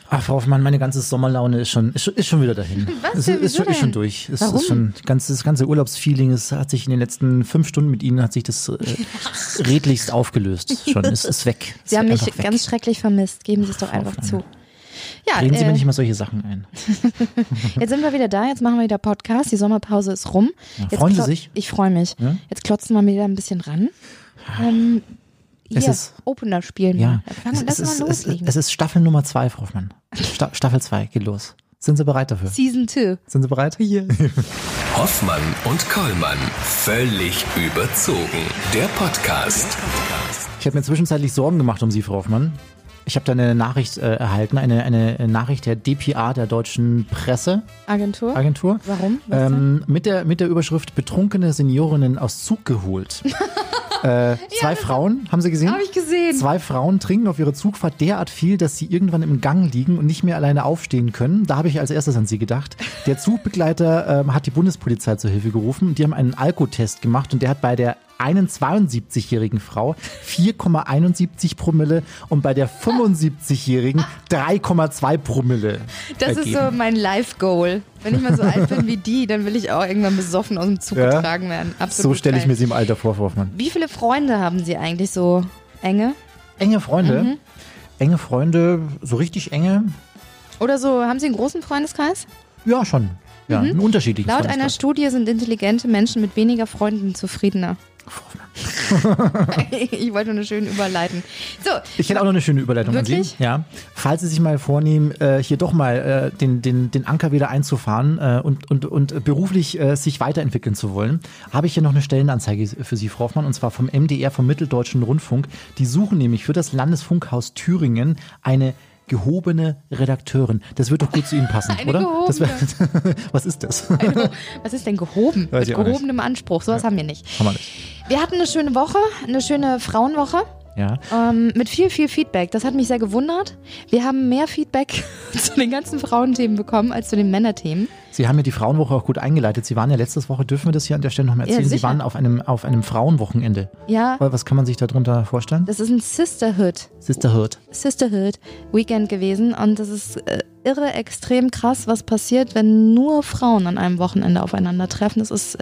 Ach, Frau Hoffmann, meine ganze Sommerlaune ist schon wieder dahin. Was denn? Wieso Ist denn? schon durch. Warum? Ist schon, das ganze Urlaubsfeeling, es hat sich in den letzten 5 Stunden mit Ihnen, hat sich das redlichst aufgelöst. Schon, ist weg. Sie haben mich einfach weg. ganz schrecklich vermisst. Geben Sie es doch einfach zu. Ja, Reden Sie mir nicht mal solche Sachen ein. jetzt sind wir wieder da, jetzt machen wir wieder Podcast, die Sommerpause ist rum. Ja, Jetzt freuen Sie sich? Ich freue mich. Ja? Jetzt klotzen wir wieder ein bisschen ran. Hier, Opener spielen. Ja, Lass mal loslegen. es ist Staffel Nummer 2, Frau Hoffmann. Staffel 2, geht los. Sind Sie bereit dafür? Season 2. Sind Sie bereit? Ja. Hoffmann und Kollmann. Völlig überzogen. Der Podcast. Ich habe mir zwischenzeitlich Sorgen gemacht um Sie, Frau Hoffmann. Ich habe da eine Nachricht erhalten, eine Nachricht der DPA, der Deutschen Presseagentur. Warum? Mit der Überschrift Betrunkene Seniorinnen aus Zug geholt. Zwei Frauen, haben Sie gesehen? Habe ich gesehen. 2 Frauen trinken auf ihrer Zugfahrt derart viel, dass sie irgendwann im Gang liegen und nicht mehr alleine aufstehen können. Da habe ich als erstes an Sie gedacht. Der Zugbegleiter hat die Bundespolizei zur Hilfe gerufen. Die haben einen Alkotest gemacht und der hat bei der einen 72-jährigen Frau 4,71 Promille und bei der 75-jährigen 3,2 Promille Das ergeben. ist so mein Life-Goal. Wenn ich mal so alt bin wie die, dann will ich auch irgendwann besoffen aus dem Zug getragen werden. Absolut So stelle ich geil. mir sie im Alter vor, Frau Hoffmann. Wie viele Freunde haben Sie eigentlich so enge? Enge Freunde? Enge Freunde, so richtig enge? Oder so, haben Sie einen großen Freundeskreis? Ja, schon. Ja, einen unterschiedlichen Laut einer Freundeskreis. Studie sind intelligente Menschen mit weniger Freunden zufriedener. Ich wollte nur schön überleiten. So, Ich hätte auch noch eine schöne Überleitung Wirklich? an Sie. Ja. Falls Sie sich mal vornehmen, hier doch mal den Anker wieder einzufahren und beruflich sich weiterentwickeln zu wollen, habe ich hier noch eine Stellenanzeige für Sie, Frau Hoffmann, und zwar vom MDR, vom Mitteldeutschen Rundfunk. Die suchen nämlich für das Landesfunkhaus Thüringen eine gehobene Redakteurin. Das wird doch gut zu Ihnen passen, Eine oder? gehobene. Was ist das? was ist denn gehoben? Weiß Mit ich auch nicht. gehobenem Anspruch. Sowas haben wir nicht. Haben wir nicht. Wir hatten eine schöne Woche, eine schöne Frauenwoche. Ja. Mit viel Feedback. Das hat mich sehr gewundert. Wir haben mehr Feedback zu den ganzen Frauenthemen bekommen als zu den Männerthemen. Sie haben ja die Frauenwoche auch gut eingeleitet. Sie waren ja letzte Woche, dürfen wir das hier an der Stelle noch mal erzählen? Ja, Sie sicher. waren auf einem Frauenwochenende. Ja, Was kann man sich darunter vorstellen? das ist ein Sisterhood Weekend gewesen und das ist irre, extrem krass, was passiert, wenn nur Frauen an einem Wochenende aufeinandertreffen.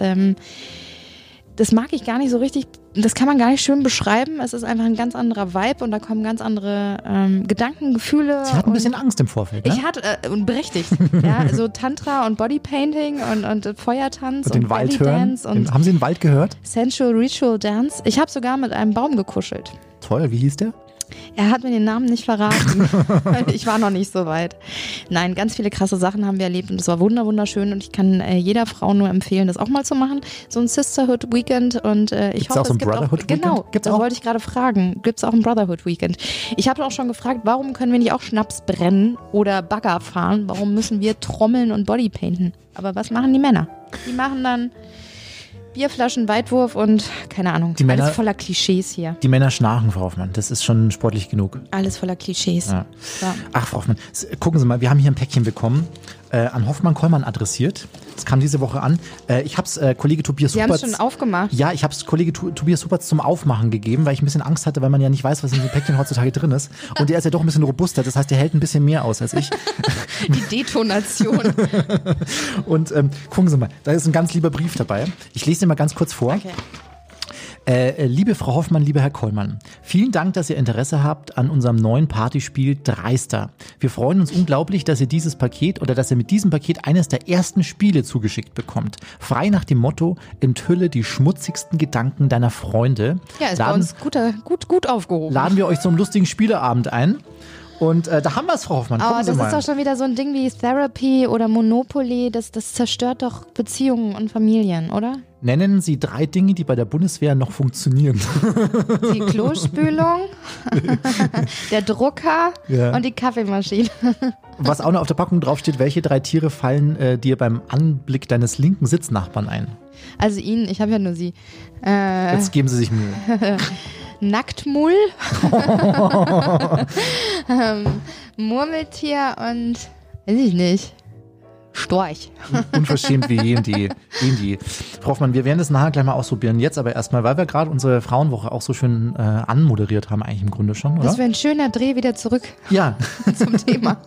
Das mag ich gar nicht so richtig, das kann man gar nicht schön beschreiben. Es ist einfach ein ganz anderer Vibe und da kommen ganz andere Gedanken, Gefühle. Sie hatten ein bisschen Angst im Vorfeld, ne? Ich hatte, und berechtigt, ja, so Tantra und Bodypainting und Feuertanz Und den Wald hören. Bellydance und Haben Sie den Wald gehört? Sensual Ritual Dance. Ich habe sogar mit einem Baum gekuschelt. Toll, wie hieß der? Er hat mir den Namen nicht verraten. Ich war noch nicht so weit. Nein, ganz viele krasse Sachen haben wir erlebt und es war wunderschön und ich kann jeder Frau nur empfehlen, das auch mal zu machen. So ein Sisterhood Weekend und ich Gibt's hoffe, auch so ein es gibt Brotherhood auch, Weekend? genau, Gibt's das auch? wollte ich gerade fragen. Gibt es auch ein Brotherhood Weekend? Ich habe auch schon gefragt, warum können wir nicht auch Schnaps brennen oder Bagger fahren? Warum müssen wir trommeln und Bodypainten? Aber was machen die Männer? Die machen dann Bierflaschen, Weitwurf und keine Ahnung. Die Männer- Alles voller Klischees hier. Die Männer schnarchen, Frau Hoffmann. Das ist schon sportlich genug. Alles voller Klischees. Ja. Ja. Ach, Frau Hoffmann, gucken Sie mal, wir haben hier ein Päckchen bekommen, an Hoffmann-Kollmann adressiert. Das kam diese Woche an. Ich habe es Kollege Tobias Sie haben es Huberts... schon aufgemacht. Ja, ich habe es Kollege Tobias Huberts zum Aufmachen gegeben, weil ich ein bisschen Angst hatte, weil man ja nicht weiß, was in diesem Päckchen heutzutage drin ist. Und der ist ja doch ein bisschen robuster, das heißt, der hält ein bisschen mehr aus als ich. Die Detonation. Und gucken Sie mal, da ist ein ganz lieber Brief dabei. Ich lese den mal ganz kurz vor. Okay. Liebe Frau Hoffmann, lieber Herr Kollmann, vielen Dank, dass ihr Interesse habt an unserem neuen Partyspiel Dreister. Wir freuen uns unglaublich, dass ihr mit diesem Paket eines der ersten Spiele zugeschickt bekommt. Frei nach dem Motto, enthülle die schmutzigsten Gedanken deiner Freunde. Ja, ist bei uns gut aufgehoben. Laden wir euch zum lustigen Spieleabend ein. Und da haben wir es, Frau Hoffmann. Aber Gucken Sie das mal. ist doch schon wieder so ein Ding wie Therapy oder Monopoly. Das zerstört doch Beziehungen und Familien, oder? Nennen Sie 3 Dinge, die bei der Bundeswehr noch funktionieren. Die Klospülung, der Drucker Ja. und die Kaffeemaschine. Was auch noch auf der Packung draufsteht, welche 3 Tiere fallen dir beim Anblick deines linken Sitznachbarn ein? Also ihn, ich habe ja nur sie. Jetzt geben Sie sich Mühe. Nacktmull, Murmeltier und weiß ich nicht. Storch. Unverschämt wie die. Frau Hoffmann, wir werden das nachher gleich mal ausprobieren. Jetzt aber erstmal, weil wir gerade unsere Frauenwoche auch so schön anmoderiert haben, eigentlich im Grunde schon, oder? Das wäre ein schöner Dreh wieder zurück zum Thema.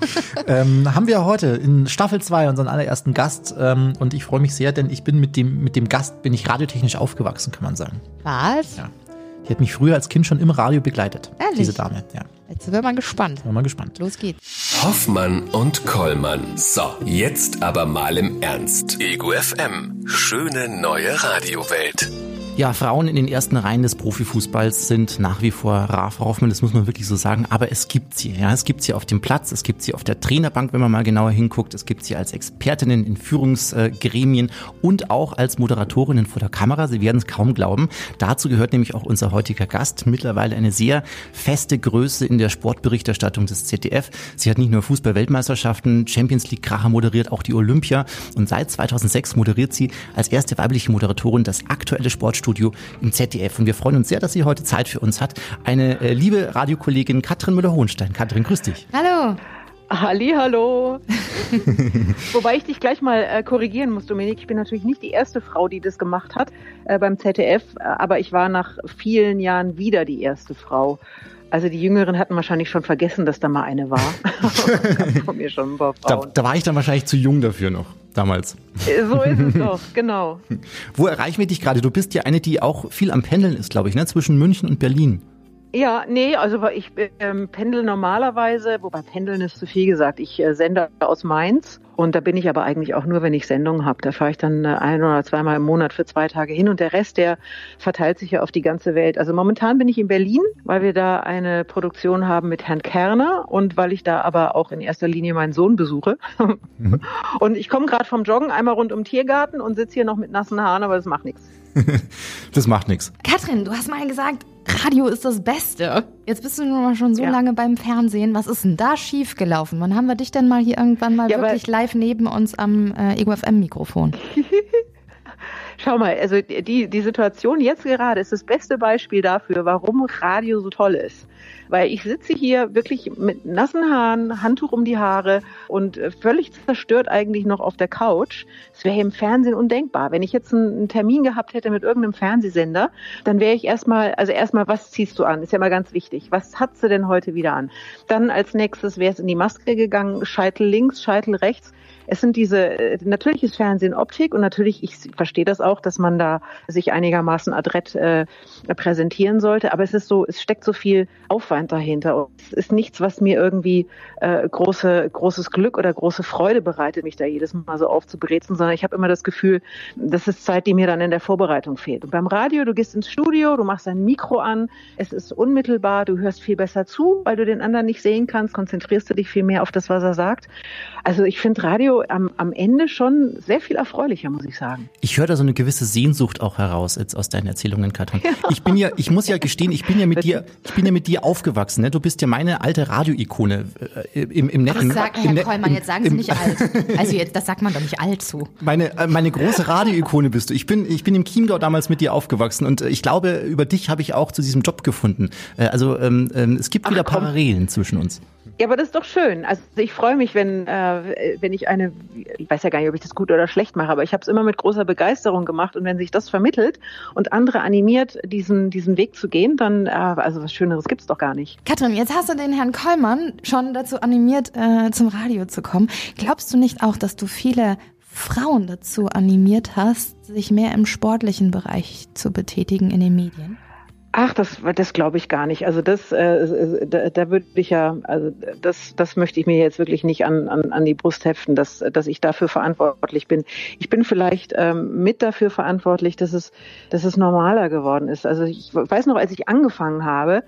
Haben wir heute in Staffel 2 unseren allerersten Gast und ich freue mich sehr, denn ich bin mit dem Gast bin ich radiotechnisch aufgewachsen, kann man sagen. Was? Ja. Die hat mich früher als Kind schon im Radio begleitet. Ehrlich? Diese Dame, ja. Jetzt sind wir mal gespannt. Los geht's. Hoffmann und Kollmann. So, jetzt aber mal im Ernst. Ego FM. Schöne neue Radiowelt. Ja, Frauen in den ersten Reihen des Profifußballs sind nach wie vor rar, Frau Hoffmann, das muss man wirklich so sagen, aber es gibt sie. Ja, es gibt sie auf dem Platz, es gibt sie auf der Trainerbank, wenn man mal genauer hinguckt, es gibt sie als Expertinnen in Führungsgremien und auch als Moderatorinnen vor der Kamera. Sie werden es kaum glauben. Dazu gehört nämlich auch unser heutiger Gast, mittlerweile eine sehr feste Größe in der Sportberichterstattung des ZDF. Sie hat nicht nur Fußball-Weltmeisterschaften, Champions League-Kracher moderiert, auch die Olympia und seit 2006 moderiert sie als erste weibliche Moderatorin das aktuelle Sportstudio im ZDF. Und wir freuen uns sehr, dass sie heute Zeit für uns hat. Eine liebe Radiokollegin Katrin Müller-Hohenstein. Katrin, grüß dich. Hallo. Hallihallo. Wobei ich dich gleich mal korrigieren muss, Dominik. Ich bin natürlich nicht die erste Frau, die das gemacht hat beim ZDF, aber ich war nach vielen Jahren wieder die erste Frau. Also die Jüngeren hatten wahrscheinlich schon vergessen, dass da mal eine war. Von mir schon ein paar Frauen. Da war ich dann wahrscheinlich zu jung dafür noch, damals. So ist es doch, genau. Wo erreichen wir dich gerade? Du bist ja eine, die auch viel am Pendeln ist, glaube ich, ne? Zwischen München und Berlin. Ja, nee, also ich pendel normalerweise, wobei pendeln ist zu viel gesagt. Ich sende aus Mainz und da bin ich aber eigentlich auch nur, wenn ich Sendungen habe. Da fahre ich dann ein- oder zweimal im Monat für 2 Tage hin und der Rest, der verteilt sich ja auf die ganze Welt. Also momentan bin ich in Berlin, weil wir da eine Produktion haben mit Herrn Kerner und weil ich da aber auch in erster Linie meinen Sohn besuche. Und ich komme gerade vom Joggen einmal rund um den Tiergarten und sitze hier noch mit nassen Haaren, aber das macht nichts. Das macht nichts. Katrin, du hast mal gesagt, Radio ist das Beste. Jetzt bist du nun mal schon so lange beim Fernsehen. Was ist denn da schiefgelaufen? Wann haben wir dich denn mal hier irgendwann mal wirklich live neben uns am Ego FM Mikrofon? Schau mal, also die Situation jetzt gerade ist das beste Beispiel dafür, warum Radio so toll ist. Weil ich sitze hier wirklich mit nassen Haaren, Handtuch um die Haare und völlig zerstört eigentlich noch auf der Couch. Das wäre im Fernsehen undenkbar. Wenn ich jetzt einen Termin gehabt hätte mit irgendeinem Fernsehsender, dann wäre ich erstmal, was ziehst du an? Ist ja mal ganz wichtig. Was hat sie denn heute wieder an? Dann als nächstes wäre es in die Maske gegangen, Scheitel links, Scheitel rechts. Es sind natürlich ist Fernsehen Optik und natürlich, ich verstehe das auch, dass man da sich einigermaßen adrett präsentieren sollte, aber es steckt so viel Aufwand dahinter und es ist nichts, was mir irgendwie großes Glück oder große Freude bereitet, mich da jedes Mal so aufzubrezen, sondern ich habe immer das Gefühl, das ist Zeit, die mir dann in der Vorbereitung fehlt. Und beim Radio, du gehst ins Studio, du machst dein Mikro an, es ist unmittelbar, du hörst viel besser zu, weil du den anderen nicht sehen kannst, konzentrierst du dich viel mehr auf das, was er sagt. Also ich finde Radio am Ende schon sehr viel erfreulicher, muss ich sagen. Ich höre da so eine gewisse Sehnsucht auch heraus jetzt aus deinen Erzählungen, Katrin. Ja. Ich muss ja gestehen, ich bin ja mit dir aufgewachsen. Ne? Du bist ja meine alte Radio-Ikone im Netz. Herr Kollmann, jetzt sagen Sie nicht alt. Also jetzt, das sagt man doch nicht alt zu. Meine große Radio-Ikone bist du. Ich bin im Chiemgau damals mit dir aufgewachsen und ich glaube, über dich habe ich auch zu diesem Job gefunden. Es gibt wieder Parallelen zwischen uns. Ja, aber das ist doch schön. Also ich freue mich, wenn ich ich weiß ja gar nicht, ob ich das gut oder schlecht mache, aber ich habe es immer mit großer Begeisterung gemacht und wenn sich das vermittelt und andere animiert, diesen Weg zu gehen, dann, also was Schöneres gibt's doch gar nicht. Katrin, jetzt hast du den Herrn Kollmann schon dazu animiert, zum Radio zu kommen. Glaubst du nicht auch, dass du viele Frauen dazu animiert hast, sich mehr im sportlichen Bereich zu betätigen in den Medien? Ach, das glaube ich gar nicht. Also da würde ich das möchte ich mir jetzt wirklich nicht an die Brust heften, dass ich dafür verantwortlich bin. Ich bin vielleicht mit dafür verantwortlich, dass es normaler geworden ist. Also ich weiß noch, als ich angefangen habe,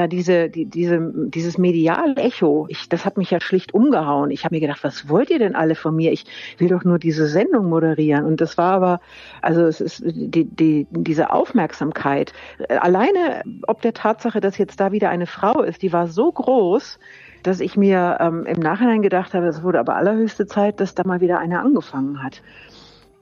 dieses mediale Echo, das hat mich ja schlicht umgehauen. Ich habe mir gedacht, was wollt ihr denn alle von mir? Ich will doch nur diese Sendung moderieren. Und das war aber, also es ist diese Aufmerksamkeit, alleine ob der Tatsache, dass jetzt da wieder eine Frau ist, die war so groß, dass ich mir im Nachhinein gedacht habe, es wurde aber allerhöchste Zeit, dass da mal wieder eine angefangen hat.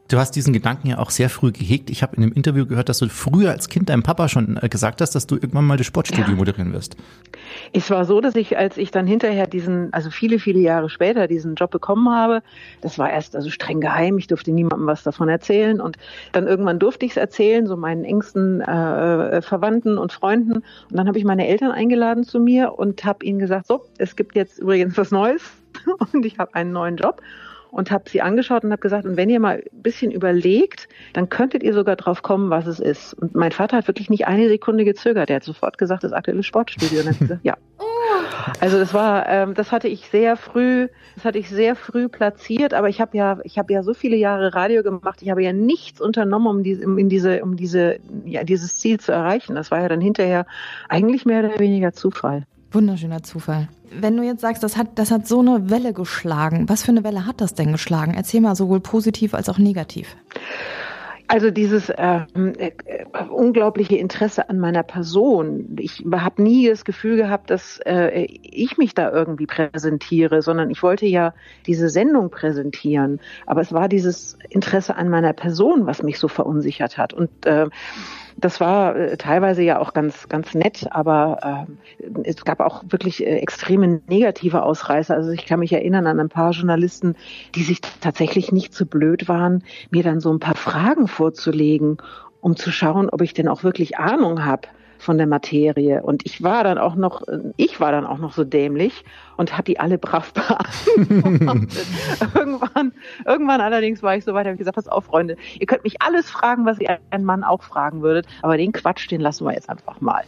Du hast diesen Gedanken ja auch sehr früh gehegt. Ich habe in einem Interview gehört, dass du früher als Kind deinem Papa schon gesagt hast, dass du irgendwann mal das Sportstudio moderieren wirst. Es war so, dass als ich dann hinterher viele, viele Jahre später diesen Job bekommen habe, das war erst streng geheim, ich durfte niemandem was davon erzählen und dann irgendwann durfte ich es erzählen, so meinen engsten Verwandten und Freunden und dann habe ich meine Eltern eingeladen zu mir und habe ihnen gesagt, so, es gibt jetzt übrigens was Neues und ich habe einen neuen Job. Und habe sie angeschaut und habe gesagt, und wenn ihr mal ein bisschen überlegt, dann könntet ihr sogar drauf kommen, was es ist. Und mein Vater hat wirklich nicht eine Sekunde gezögert. Der hat sofort gesagt, das aktuelle Sportstudio. Und dann hat gesagt, ja. Also das hatte ich sehr früh platziert, aber ich habe ja so viele Jahre Radio gemacht. Ich habe ja nichts unternommen, um dieses Ziel zu erreichen. Das war ja dann hinterher eigentlich mehr oder weniger Zufall. Wunderschöner Zufall. Wenn du jetzt sagst, das hat so eine Welle geschlagen, was für eine Welle hat das denn geschlagen? Erzähl mal, sowohl positiv als auch negativ. Also dieses unglaubliche Interesse an meiner Person. Ich habe nie das Gefühl gehabt, dass ich mich da irgendwie präsentiere, sondern ich wollte ja diese Sendung präsentieren. Aber es war dieses Interesse an meiner Person, was mich so verunsichert hat. Und das war teilweise ja auch ganz, ganz nett, aber es gab auch wirklich extreme negative Ausreißer. Also ich kann mich erinnern an ein paar Journalisten, die sich tatsächlich nicht so blöd waren, mir dann so ein paar Fragen vorzulegen, um zu schauen, ob ich denn auch wirklich Ahnung habe von der Materie. Und ich war dann auch noch so dämlich und habe die alle brav beantwortet. Irgendwann allerdings war ich so weit, habe ich gesagt, pass auf, Freunde, ihr könnt mich alles fragen, was ihr einen Mann auch fragen würdet, aber den Quatsch, den lassen wir jetzt einfach mal.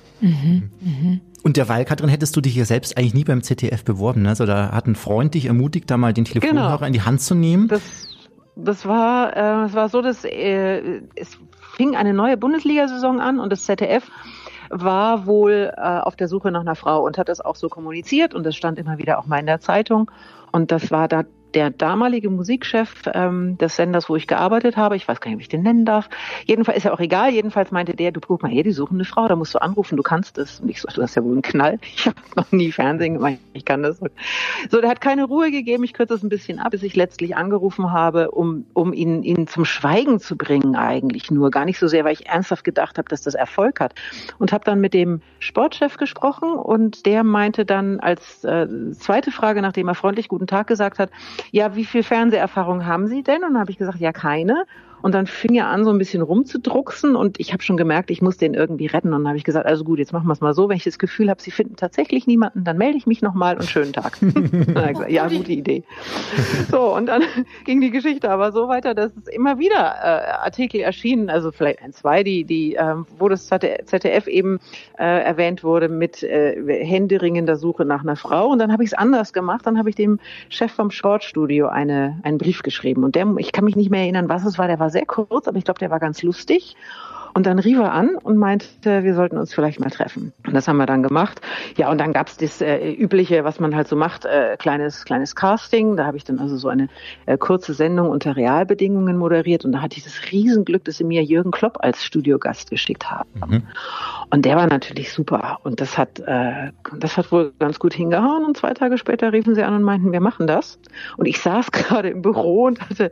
Und derweil, Katrin, hättest du dich ja selbst eigentlich nie beim ZDF beworben, ne? Also da hat ein Freund dich ermutigt, da mal den Telefonhörer in die Hand zu nehmen. Das war so, dass es fing eine neue Bundesliga-Saison an und das ZDF war wohl auf der Suche nach einer Frau und hat das auch so kommuniziert und das stand immer wieder auch mal in der Zeitung und das war da der damalige Musikchef des Senders, wo ich gearbeitet habe, ich weiß gar nicht, ob ich den nennen darf, jedenfalls ist ja auch egal, jedenfalls meinte der, du guck mal hier, die suchen eine Frau, da musst du anrufen, du kannst es. Und ich so, du hast ja wohl einen Knall, ich habe noch nie Fernsehen gemacht, ich kann das. So, der hat keine Ruhe gegeben, ich kürze es ein bisschen ab, bis ich letztlich angerufen habe, um ihn zum Schweigen zu bringen eigentlich nur, gar nicht so sehr, weil ich ernsthaft gedacht habe, dass das Erfolg hat. Und habe dann mit dem Sportchef gesprochen und der meinte dann als zweite Frage, nachdem er freundlich guten Tag gesagt hat, ja, wie viel Fernseherfahrung haben Sie denn? Und dann habe ich gesagt, ja, keine. Und dann fing er an, so ein bisschen rumzudrucksen und ich habe schon gemerkt, ich muss den irgendwie retten. Und dann habe ich gesagt, also gut, jetzt machen wir es mal so, wenn ich das Gefühl habe, Sie finden tatsächlich niemanden, dann melde ich mich nochmal und schönen Tag. Dann habe ich gesagt, ja, gute Idee. So, und dann ging die Geschichte aber so weiter, dass es immer wieder Artikel erschienen, also vielleicht ein, zwei, wo das ZDF eben erwähnt wurde mit händeringender Suche nach einer Frau. Und dann habe ich es anders gemacht, dann habe ich dem Chef vom Sportstudio einen Brief geschrieben. Und ich kann mich nicht mehr erinnern, was es war, der war sehr kurz, aber ich glaube, der war ganz lustig. Und dann rief er an und meinte, wir sollten uns vielleicht mal treffen. Und das haben wir dann gemacht. Ja, und dann gab's das Übliche, was man halt so macht, kleines Casting. Da habe ich dann also so eine kurze Sendung unter Realbedingungen moderiert. Und da hatte ich das Riesenglück, dass sie mir Jürgen Klopp als Studiogast geschickt haben. Mhm. Und der war natürlich super. Und das hat wohl ganz gut hingehauen. Und 2 Tage später riefen sie an und meinten, wir machen das. Und ich saß gerade im Büro und hatte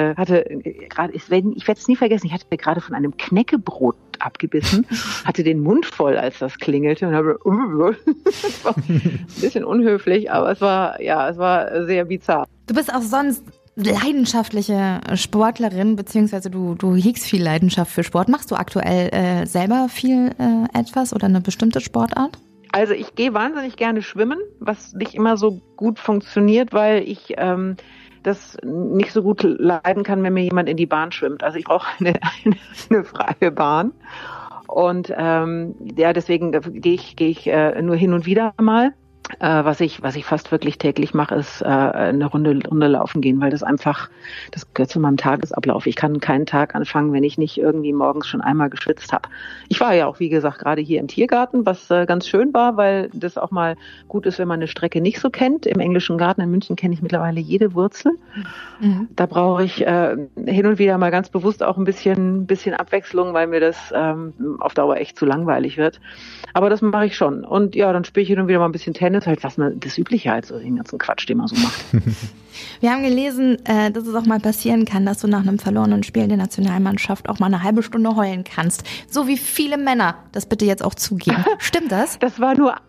gerade, ich werde es nie vergessen, ich hatte gerade von einem Knäckebrot abgebissen, hatte den Mund voll, als das klingelte und habe, das war ein bisschen unhöflich, aber es war sehr bizarr. Du bist auch sonst leidenschaftliche Sportlerin, beziehungsweise du hegst viel Leidenschaft für Sport. Machst du aktuell selber viel etwas oder eine bestimmte Sportart? Also ich gehe wahnsinnig gerne schwimmen, was nicht immer so gut funktioniert, weil ich das nicht so gut leiden kann, wenn mir jemand in die Bahn schwimmt. Also ich brauche eine freie Bahn. Und deswegen gehe ich nur hin und wieder mal. Was ich fast wirklich täglich mache, ist eine Runde laufen gehen, weil das gehört zu meinem Tagesablauf. Ich kann keinen Tag anfangen, wenn ich nicht irgendwie morgens schon einmal geschwitzt habe. Ich war ja auch, wie gesagt, gerade hier im Tiergarten, was ganz schön war, weil das auch mal gut ist, wenn man eine Strecke nicht so kennt. Im Englischen Garten in München kenne ich mittlerweile jede Wurzel. Mhm. Da brauche ich hin und wieder mal ganz bewusst auch ein bisschen Abwechslung, weil mir das auf Dauer echt zu langweilig wird. Aber das mache ich schon. Und ja, dann spiele ich hin und wieder mal ein bisschen Tennis. ist halt das Übliche halt, so den ganzen Quatsch, den man so macht. Wir haben gelesen, dass es auch mal passieren kann, dass du nach einem verlorenen Spiel der Nationalmannschaft auch mal eine halbe Stunde heulen kannst. So wie viele Männer das bitte jetzt auch zugeben. Stimmt das? Das war nur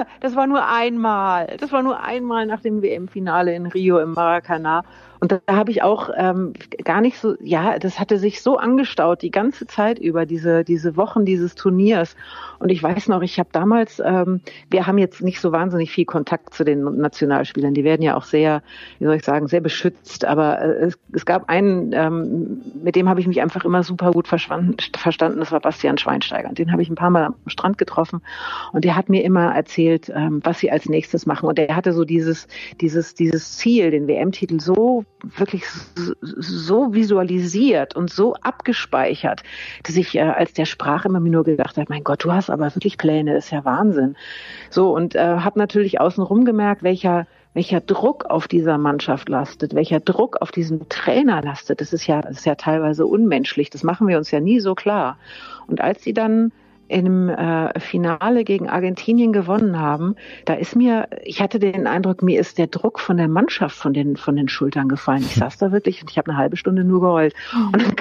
einmal. Das war nur einmal nach dem WM-Finale in Rio im Maracanã. Und da habe ich auch gar nicht so, das hatte sich so angestaut die ganze Zeit über diese Wochen dieses Turniers. Und ich weiß noch, ich habe damals, wir haben jetzt nicht so wahnsinnig viel Kontakt zu den Nationalspielern. Die werden ja auch sehr, wie soll ich sagen, sehr beschützt. Aber es gab einen, mit dem habe ich mich einfach immer super gut verstanden. Das war Bastian Schweinsteiger. Und den habe ich ein paar Mal am Strand getroffen. Und der hat mir immer erzählt, was sie als nächstes machen. Und der hatte so dieses Ziel, den WM-Titel wirklich so visualisiert und so abgespeichert, dass ich, als der sprach, immer mir nur gedacht habe, mein Gott, du hast aber wirklich Pläne, das ist ja Wahnsinn. So, und habe natürlich außenrum gemerkt, welcher Druck auf dieser Mannschaft lastet, welcher Druck auf diesen Trainer lastet. Das ist ja teilweise unmenschlich. Das machen wir uns ja nie so klar. Und als sie dann im Finale gegen Argentinien gewonnen haben, ich hatte den Eindruck, mir ist der Druck von der Mannschaft von den Schultern gefallen. Ich saß da wirklich und ich habe eine halbe Stunde nur geheult. Und dann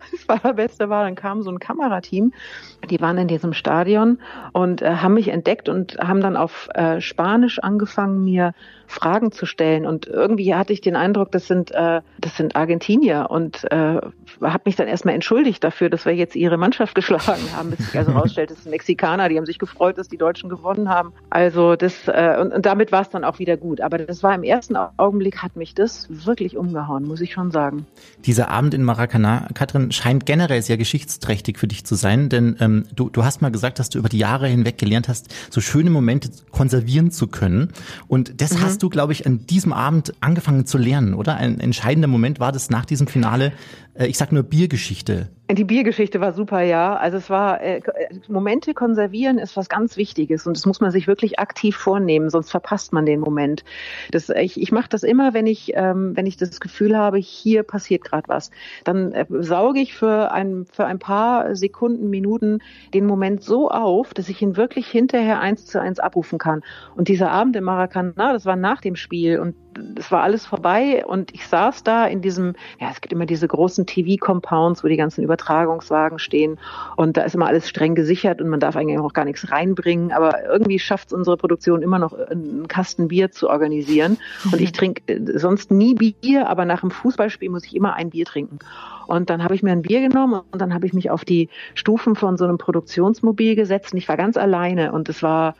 kam so ein Kamerateam, die waren in diesem Stadion und haben mich entdeckt und haben dann auf Spanisch angefangen, mir Fragen zu stellen. Und irgendwie hatte ich den Eindruck, das sind Argentinier, und habe mich dann erstmal entschuldigt dafür, dass wir jetzt ihre Mannschaft geschlagen haben, bis sich also rausstellt, das sind Mexikaner, die haben sich gefreut, dass die Deutschen gewonnen haben. Also und damit war es dann auch wieder gut. Aber das war im ersten Augenblick, hat mich das wirklich umgehauen, muss ich schon sagen. Dieser Abend in Maracanã, Katrin, scheint generell sehr geschichtsträchtig für dich zu sein, denn du hast mal gesagt, dass du über die Jahre hinweg gelernt hast, so schöne Momente konservieren zu können. Und das hast du, glaube ich, an diesem Abend angefangen zu lernen, oder? Ein entscheidender Moment war das nach diesem Finale, ich sag nur Biergeschichte. Die Biergeschichte war super, ja. Also es war, Momente konservieren ist was ganz Wichtiges, und das muss man sich wirklich aktiv vornehmen, sonst verpasst man den Moment. Ich mache das immer, wenn ich das Gefühl habe, hier passiert gerade was. Dann sauge ich für ein paar Sekunden, Minuten den Moment so auf, dass ich ihn wirklich hinterher 1:1 abrufen kann. Und dieser Abend im Maracanã, das war nach dem Spiel, und es war alles vorbei, und ich saß da in diesem, es gibt immer diese großen TV-Compounds, wo die ganzen Übertragungswagen stehen, und da ist immer alles streng gesichert und man darf eigentlich auch gar nichts reinbringen, aber irgendwie schafft es unsere Produktion immer noch, einen Kasten Bier zu organisieren. Und ich trinke sonst nie Bier, aber nach dem Fußballspiel muss ich immer ein Bier trinken. Und dann habe ich mir ein Bier genommen und dann habe ich mich auf die Stufen von so einem Produktionsmobil gesetzt, und ich war ganz alleine, und es war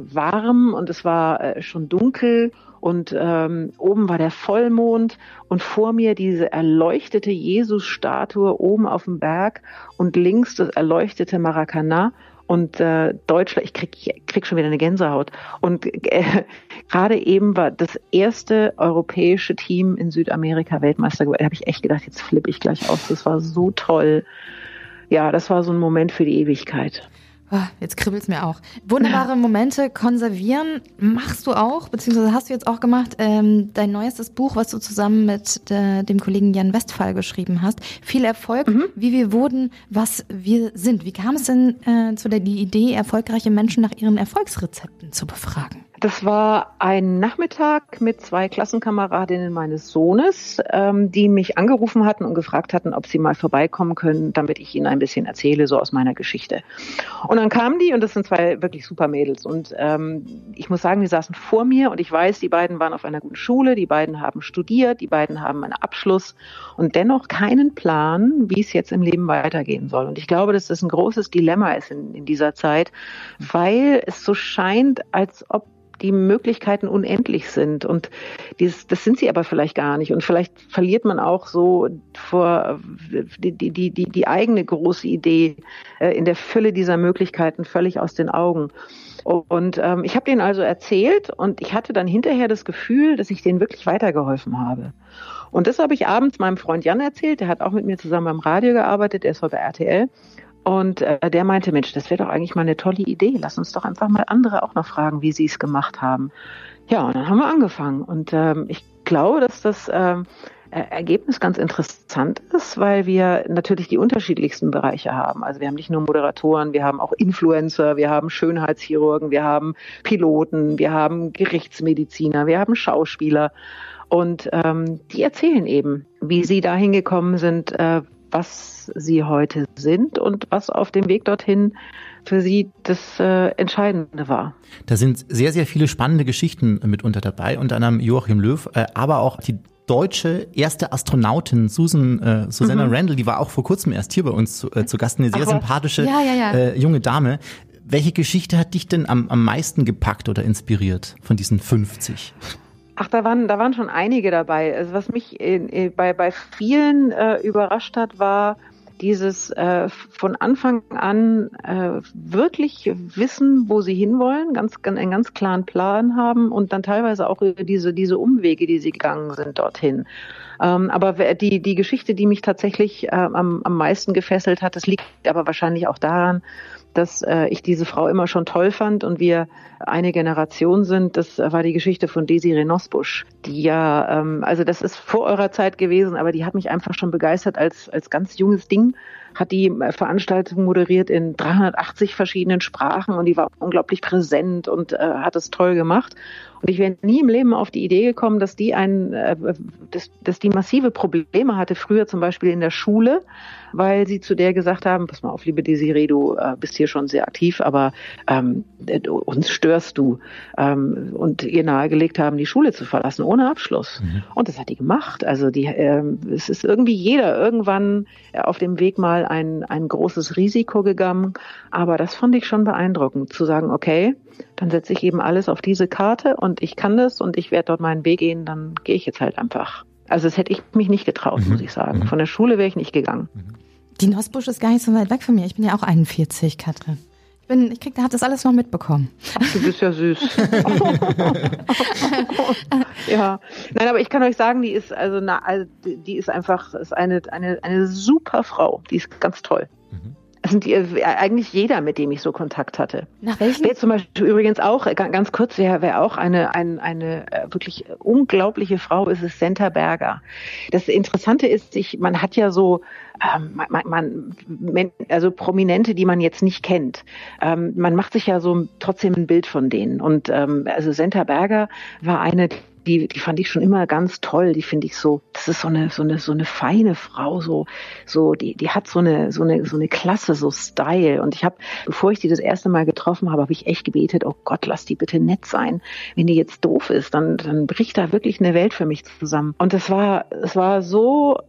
warm und es war schon dunkel, und oben war der Vollmond und vor mir diese erleuchtete Jesus-Statue oben auf dem Berg und links das erleuchtete Maracanã. Und Deutschland, ich krieg schon wieder eine Gänsehaut. Und gerade eben war das erste europäische Team in Südamerika Weltmeister geworden. Da habe ich echt gedacht, jetzt flippe ich gleich aus. Das war so toll. Ja, das war so ein Moment für die Ewigkeit. Jetzt kribbelt's mir auch. Wunderbare Momente konservieren machst du auch, beziehungsweise hast du jetzt auch gemacht. Dein neuestes Buch, was du zusammen mit dem Kollegen Jan Westphal geschrieben hast. Viel Erfolg, wie wir wurden, was wir sind. Wie kam es denn zu der Idee, erfolgreiche Menschen nach ihren Erfolgsrezepten zu befragen? Das war ein Nachmittag mit 2 Klassenkameradinnen meines Sohnes, die mich angerufen hatten und gefragt hatten, ob sie mal vorbeikommen können, damit ich ihnen ein bisschen erzähle, so aus meiner Geschichte. Und dann kamen die, und das sind 2 wirklich super Mädels. Und ich muss sagen, die saßen vor mir, und ich weiß, die beiden waren auf einer guten Schule, die beiden haben studiert, die beiden haben einen Abschluss und dennoch keinen Plan, wie es jetzt im Leben weitergehen soll. Und ich glaube, dass das ein großes Dilemma ist in dieser Zeit, weil es so scheint, als ob die Möglichkeiten unendlich sind, und das sind sie aber vielleicht gar nicht, und vielleicht verliert man auch so vor die eigene große Idee in der Fülle dieser Möglichkeiten völlig aus den Augen. Und ich habe denen also erzählt, und ich hatte dann hinterher das Gefühl, dass ich denen wirklich weitergeholfen habe. Und das habe ich abends meinem Freund Jan erzählt, der hat auch mit mir zusammen beim Radio gearbeitet, der ist heute bei RTL. Und der meinte, Mensch, das wäre doch eigentlich mal eine tolle Idee. Lass uns doch einfach mal andere auch noch fragen, wie sie es gemacht haben. Ja, und dann haben wir angefangen. Und ich glaube, dass das Ergebnis ganz interessant ist, weil wir natürlich die unterschiedlichsten Bereiche haben. Also wir haben nicht nur Moderatoren, wir haben auch Influencer, wir haben Schönheitschirurgen, wir haben Piloten, wir haben Gerichtsmediziner, wir haben Schauspieler und die erzählen eben, wie sie dahin gekommen sind, was sie heute sind und was auf dem Weg dorthin für sie das Entscheidende war. Da sind sehr, sehr viele spannende Geschichten mitunter dabei, unter anderem Joachim Löw, aber auch die deutsche erste Astronautin Susanna Randall, die war auch vor kurzem erst hier bei uns zu Gast, eine sehr sympathische junge Dame. Welche Geschichte hat dich denn am meisten gepackt oder inspiriert von diesen 50? Ach, da waren schon einige dabei. Also was mich bei vielen überrascht hat, war dieses von Anfang an wirklich wissen, wo sie hinwollen, einen ganz klaren Plan haben und dann teilweise auch diese Umwege, die sie gegangen sind dorthin. Aber die Geschichte, die mich tatsächlich am meisten gefesselt hat, das liegt aber wahrscheinlich auch daran, dass ich diese Frau immer schon toll fand und wir eine Generation sind. Das war die Geschichte von Desiree Nosbusch, die ja, also das ist vor eurer Zeit gewesen, aber die hat mich einfach schon begeistert als ganz junges Ding, hat die Veranstaltung moderiert in 380 verschiedenen Sprachen und die war unglaublich präsent und hat es toll gemacht. Und ich wäre nie im Leben auf die Idee gekommen, dass die massive Probleme hatte, früher zum Beispiel in der Schule, weil sie zu der gesagt haben, pass mal auf, liebe Desiree, du bist hier schon sehr aktiv, aber uns störst du. Und ihr nahegelegt haben, die Schule zu verlassen, ohne Abschluss. Mhm. Und das hat die gemacht. Also es ist irgendwie jeder irgendwann auf dem Weg mal ein großes Risiko gegangen. Aber das fand ich schon beeindruckend, zu sagen, okay, dann setze ich eben alles auf diese Karte und ich kann das und ich werde dort meinen Weg gehen, dann gehe ich jetzt halt einfach. Also das hätte ich mich nicht getraut, muss ich sagen. Von der Schule wäre ich nicht gegangen. Die Nosbusch ist gar nicht so weit weg von mir. Ich bin ja auch 41, Katrin. Ich habe das alles noch mitbekommen. Ach, du bist ja süß. Ja, nein, aber ich kann euch sagen, die ist eine super Frau. Die ist ganz toll. Das sind eigentlich jeder, mit dem ich so Kontakt hatte. Nach welchen? Wer zum Beispiel übrigens auch, ganz kurz, wer auch eine wirklich unglaubliche Frau ist, ist Senta Berger. Das Interessante ist, man hat ja so, also Prominente, die man jetzt nicht kennt. Man macht sich ja so trotzdem ein Bild von denen. Und also Senta Berger war eine, die fand ich schon immer ganz toll. Die finde ich so, das ist so eine feine Frau, die hat so eine Klasse, so Style. Und bevor ich die das erste Mal getroffen habe ich echt gebetet, oh Gott, lass die bitte nett sein. Wenn die jetzt doof ist, dann bricht da wirklich eine Welt für mich zusammen. Und es war so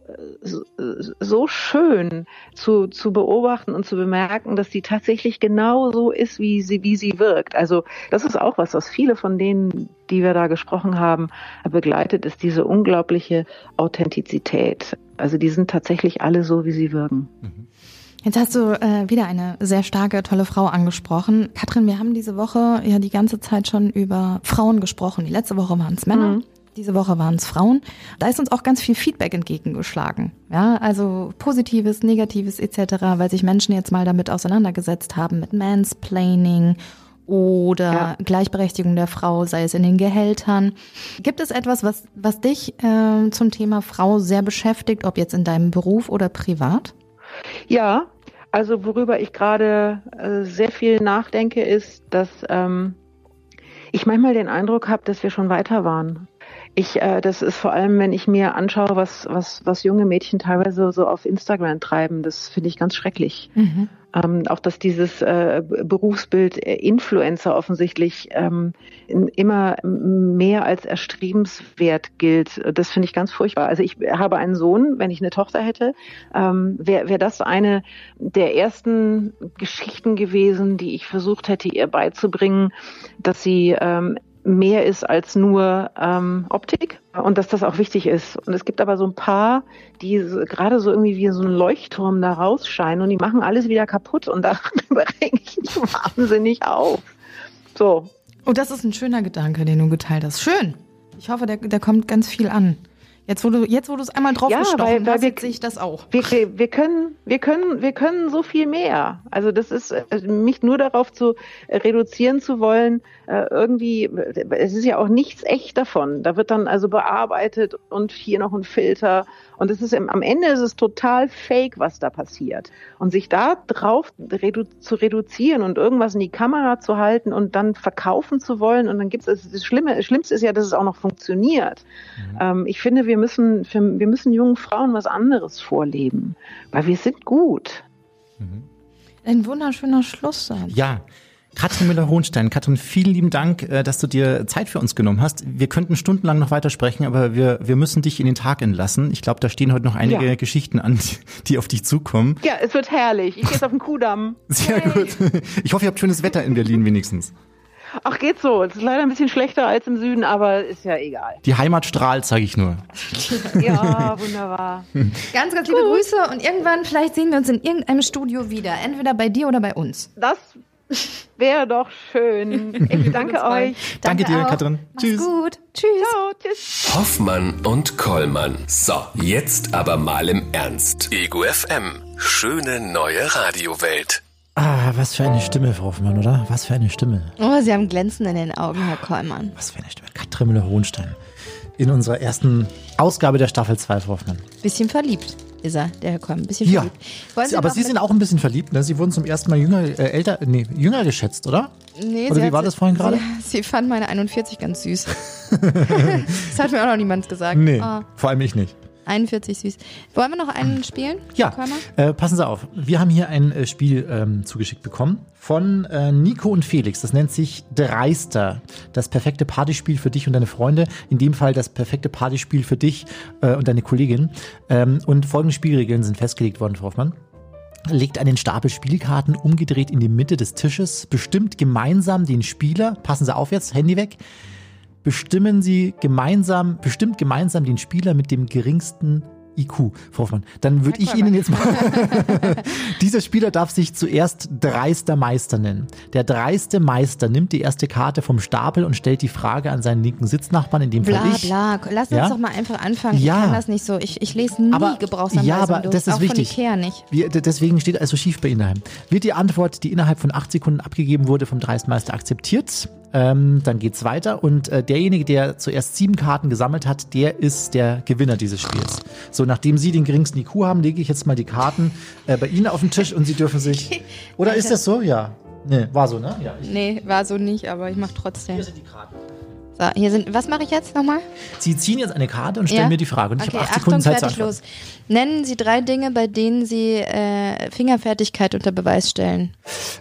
schön zu beobachten und zu bemerken, dass die tatsächlich genau so ist, wie sie wirkt. Also das ist auch was viele von denen, die wir da gesprochen haben, begleitet, ist diese unglaubliche Authentizität. Also die sind tatsächlich alle so, wie sie wirken. Jetzt hast du wieder eine sehr starke, tolle Frau angesprochen. Katrin, wir haben diese Woche ja die ganze Zeit schon über Frauen gesprochen. Die letzte Woche waren es Männer. Diese Woche waren es Frauen. Da ist uns auch ganz viel Feedback entgegengeschlagen. Ja, also Positives, Negatives etc., weil sich Menschen jetzt mal damit auseinandergesetzt haben mit Mansplaining oder Gleichberechtigung der Frau, sei es in den Gehältern. Gibt es etwas, was dich zum Thema Frau sehr beschäftigt, ob jetzt in deinem Beruf oder privat? Ja, also worüber ich gerade sehr viel nachdenke, ist, dass ich manchmal den Eindruck habe, dass wir schon weiter waren. Das ist vor allem, wenn ich mir anschaue, was junge Mädchen teilweise so auf Instagram treiben, das finde ich ganz schrecklich. Auch dass dieses Berufsbild Influencer offensichtlich immer mehr als erstrebenswert gilt. Das finde ich ganz furchtbar. Also ich habe einen Sohn, wenn ich eine Tochter hätte, wäre das eine der ersten Geschichten gewesen, die ich versucht hätte, ihr beizubringen, dass sie mehr ist als nur Optik und dass das auch wichtig ist. Und es gibt aber so ein paar, die gerade so irgendwie wie so ein Leuchtturm da rausscheinen und die machen alles wieder kaputt und darüber rege ich mich wahnsinnig auf. So. Oh, das ist ein schöner Gedanke, den du geteilt hast. Schön. Ich hoffe, der kommt ganz viel an. Jetzt, wo du es einmal drauf gestochen hast, sehe ich das auch. Wir können so viel mehr. Also das ist, mich nur darauf zu reduzieren zu wollen, irgendwie, es ist ja auch nichts echt davon. Da wird dann also bearbeitet und hier noch ein Filter. Und es ist am Ende ist es total fake, was da passiert. Und sich da drauf zu reduzieren und irgendwas in die Kamera zu halten und dann verkaufen zu wollen und dann gibt's das Schlimmste ist ja, dass es auch noch funktioniert. Ich finde, wir müssen jungen Frauen was anderes vorleben, weil wir sind gut. Ein wunderschöner Schlusssatz. Ja. Katrin Müller-Hohenstein. Katrin, vielen lieben Dank, dass du dir Zeit für uns genommen hast. Wir könnten stundenlang noch weitersprechen, aber wir müssen dich in den Tag entlassen. Ich glaube, da stehen heute noch einige Geschichten an, die auf dich zukommen. Ja, es wird herrlich. Ich gehe jetzt auf den Kuhdamm. Sehr gut. Ich hoffe, ihr habt schönes Wetter in Berlin wenigstens. Ach, geht so. Es ist leider ein bisschen schlechter als im Süden, aber ist ja egal. Die Heimat strahlt, sage ich nur. Ja, wunderbar. Ganz, ganz liebe Grüße und irgendwann vielleicht sehen wir uns in irgendeinem Studio wieder. Entweder bei dir oder bei uns. Das wäre doch schön. Ich danke euch. Danke dir, Katrin. Tschüss. Mach's gut. Tschüss. Ciao, tschüss. Hoffmann und Kollmann. So, jetzt aber mal im Ernst. Ego FM. Schöne neue Radiowelt. Ah, was für eine Stimme, Frau Hoffmann, oder? Was für eine Stimme. Oh, Sie haben Glänzen in den Augen, Herr Kollmann. Was für eine Stimme. Katrin Müller-Hohenstein. In unserer ersten Ausgabe der Staffel 2, Frau Hoffmann. Bisschen verliebt ist er, der Herr Kollmann. Bisschen verliebt. Ja, aber Sie sind auch ein bisschen verliebt, ne? Sie wurden zum ersten Mal jünger geschätzt, oder? Nee, oder wie war das vorhin gerade? Sie fand meine 41 ganz süß. Das hat mir auch noch niemand gesagt. Nee, vor allem ich nicht. 41 süß. Wollen wir noch einen spielen? Ja, passen Sie auf. Wir haben hier ein Spiel zugeschickt bekommen von Nico und Felix. Das nennt sich Dreister. Das perfekte Partyspiel für dich und deine Freunde. In dem Fall das perfekte Partyspiel für dich und deine Kollegin. Und folgende Spielregeln sind festgelegt worden, Frau Hoffmann. Legt einen Stapel Spielkarten umgedreht in die Mitte des Tisches. Bestimmt gemeinsam den Spieler. Passen Sie auf jetzt, Handy weg. Bestimmt gemeinsam den Spieler mit dem geringsten IQ, Frau Hoffmann. Dann würde ich Ihnen jetzt mal... Dieser Spieler darf sich zuerst Dreister Meister nennen. Der dreiste Meister nimmt die erste Karte vom Stapel und stellt die Frage an seinen linken Sitznachbarn, in dem Fall ich. Bla. Lass uns doch mal einfach anfangen. Ja. Ich kann das nicht so. Ich lese nie Gebrauchsanweisungen Ja, aber das ist auch wichtig. Von Ikea nicht. Deswegen steht also schief bei Ihnen daheim. Wird die Antwort, die innerhalb von 8 Sekunden abgegeben wurde, vom Dreistmeister akzeptiert? Dann geht's weiter und derjenige, der zuerst 7 Karten gesammelt hat, der ist der Gewinner dieses Spiels. So, nachdem Sie den geringsten IQ haben, lege ich jetzt mal die Karten bei Ihnen auf den Tisch und Sie dürfen sich... Oder ist das so? Ja. Nee, war so, ne? Ja. Nee, war so nicht, aber ich mach trotzdem. Hier sind die Karten. So, hier sind... Was mache ich jetzt nochmal? Sie ziehen jetzt eine Karte und stellen mir die Frage. Und ich habe 8 Sekunden Zeit zu antworten. Los. Nennen Sie 3 Dinge, bei denen Sie Fingerfertigkeit unter Beweis stellen.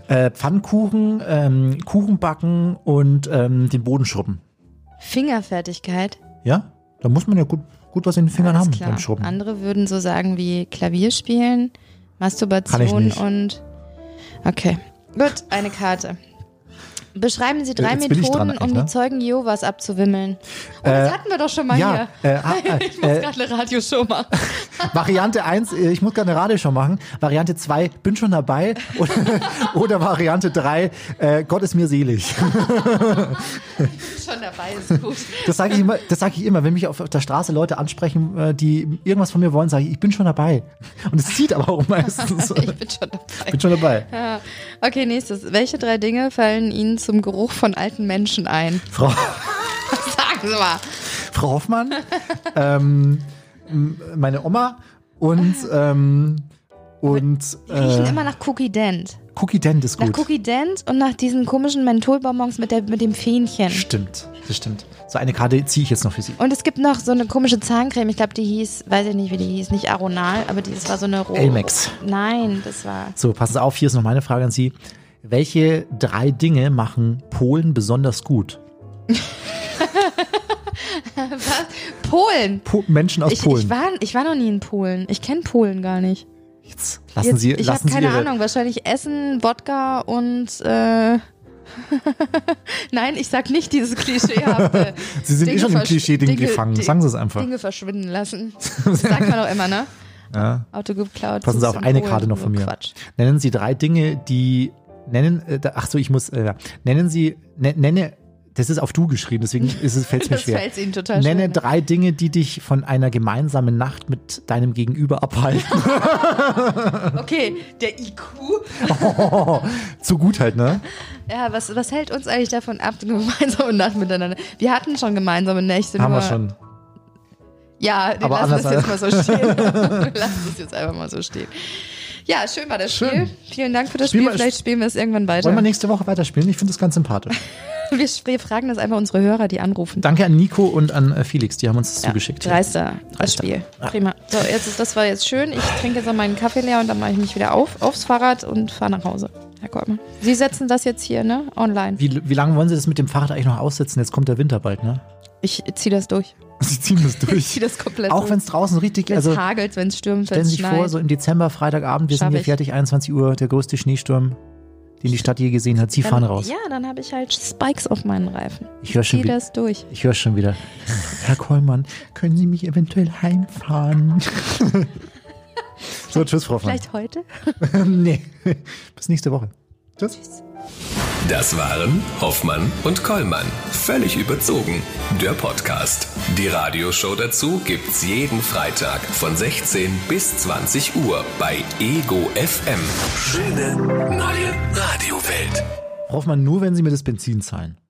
Pfannkuchen, Kuchenbacken und den Boden schrubben. Fingerfertigkeit? Ja, da muss man ja gut was in den Fingern haben klar. beim Schrubben. Andere würden so sagen wie Klavier spielen, Masturbation und... Okay, gut, eine Karte. Beschreiben Sie 3 Methoden, um die Zeugen Jehovas abzuwimmeln. Oh, das hatten wir doch schon mal hier. Ich muss gerade eine Radioshow machen. Variante 1, ich muss gerade eine Radioshow machen. Variante 2, bin schon dabei. Oder Variante 3, Gott ist mir selig. Schon dabei, ist gut. Das sage ich immer, wenn mich auf der Straße Leute ansprechen, die irgendwas von mir wollen, sage ich bin schon dabei. Und es zieht aber auch meistens. Ich bin schon dabei. Ja. Okay, nächstes. Welche 3 Dinge fallen Ihnen zum Geruch von alten Menschen ein? Sagen Sie mal. Frau Hoffmann, meine Oma und die riechen immer nach Cookie Dent. Cookie Dent ist gut. Nach Cookie Dent und nach diesen komischen Mentholbonbons mit dem Fähnchen. Stimmt, das stimmt. So eine Karte ziehe ich jetzt noch für Sie. Und es gibt noch so eine komische Zahncreme, ich glaube, die hieß, weiß ich nicht, wie die hieß, nicht Aronal, aber das war so eine Elmex. Nein, das war... So, passen Sie auf, hier ist noch meine Frage an Sie. Welche 3 Dinge machen Polen besonders gut? Was? Polen? Menschen aus Polen. Ich war noch nie in Polen. Ich kenne Polen gar nicht. Jetzt lassen Sie Ich habe keine Ahnung. Wahrscheinlich Essen, Wodka und Nein, ich sag nicht dieses Klischeehafte. Sie sind schon im Klischee-Ding gefangen. Sagen Sie es einfach. Dinge verschwinden lassen. Das sagt man doch immer, ne? Ja. Auto geklaut. Passen Sie auf, eine Karte noch von mir. Quatsch. Nennen Sie 3 Dinge, die... Nenne Das ist auf du geschrieben, deswegen fällt es mir schwer. Das fällt Ihnen total Nenne schwer. 3 Dinge, die dich von einer gemeinsamen Nacht mit deinem Gegenüber abhalten. Okay, der IQ. Zu gut halt, ne? Ja, was hält uns eigentlich davon ab, eine gemeinsame Nacht miteinander? Wir hatten schon gemeinsame Nächte. Haben nur, wir schon. Ja, wir Aber lassen das jetzt anders. mal so stehen. Wir lassen das jetzt einfach mal so stehen. Ja, schön war das Spiel. Vielen Dank für das Spiel. Vielleicht spielen wir es irgendwann weiter. Wollen wir nächste Woche weiterspielen? Ich finde das ganz sympathisch. Wir fragen das einfach unsere Hörer, die anrufen. Danke an Nico und an Felix, die haben uns das zugeschickt. Dreister, das Spiel. Prima. So, das war jetzt schön. Ich trinke jetzt noch meinen Kaffee leer und dann mache ich mich wieder aufs Fahrrad und fahre nach Hause. Herr Kollmann. Sie setzen das jetzt hier, ne? Online. Wie lange wollen Sie das mit dem Fahrrad eigentlich noch aussetzen? Jetzt kommt der Winter bald, ne? Ich ziehe das durch. Sie ziehen das durch. Ich ziehe das komplett Auch durch. wenn es draußen richtig, Wenn es also hagelt, wenn es stürmt, wenn stellen es Sie sich schneit. vor, so im Dezember, Freitagabend, wir sind Schaff hier ich. fertig, 21 Uhr, der größte Schneesturm, den die Stadt je gesehen hat. Sie fahren raus. Ja, dann habe ich halt Spikes auf meinen Reifen. Ich höre schon, Zieh das durch. ich höre schon wieder. Herr Kollmann, können Sie mich eventuell heimfahren? So, tschüss, Frau Frank. Vielleicht heute? Nee, bis nächste Woche. Tschüss. Das waren Hoffmann und Kollmann. Völlig überzogen. Der Podcast. Die Radioshow dazu gibt's jeden Freitag von 16 bis 20 Uhr bei Ego FM. Schöne neue Radiowelt. Hoffmann, nur wenn Sie mir das Benzin zahlen.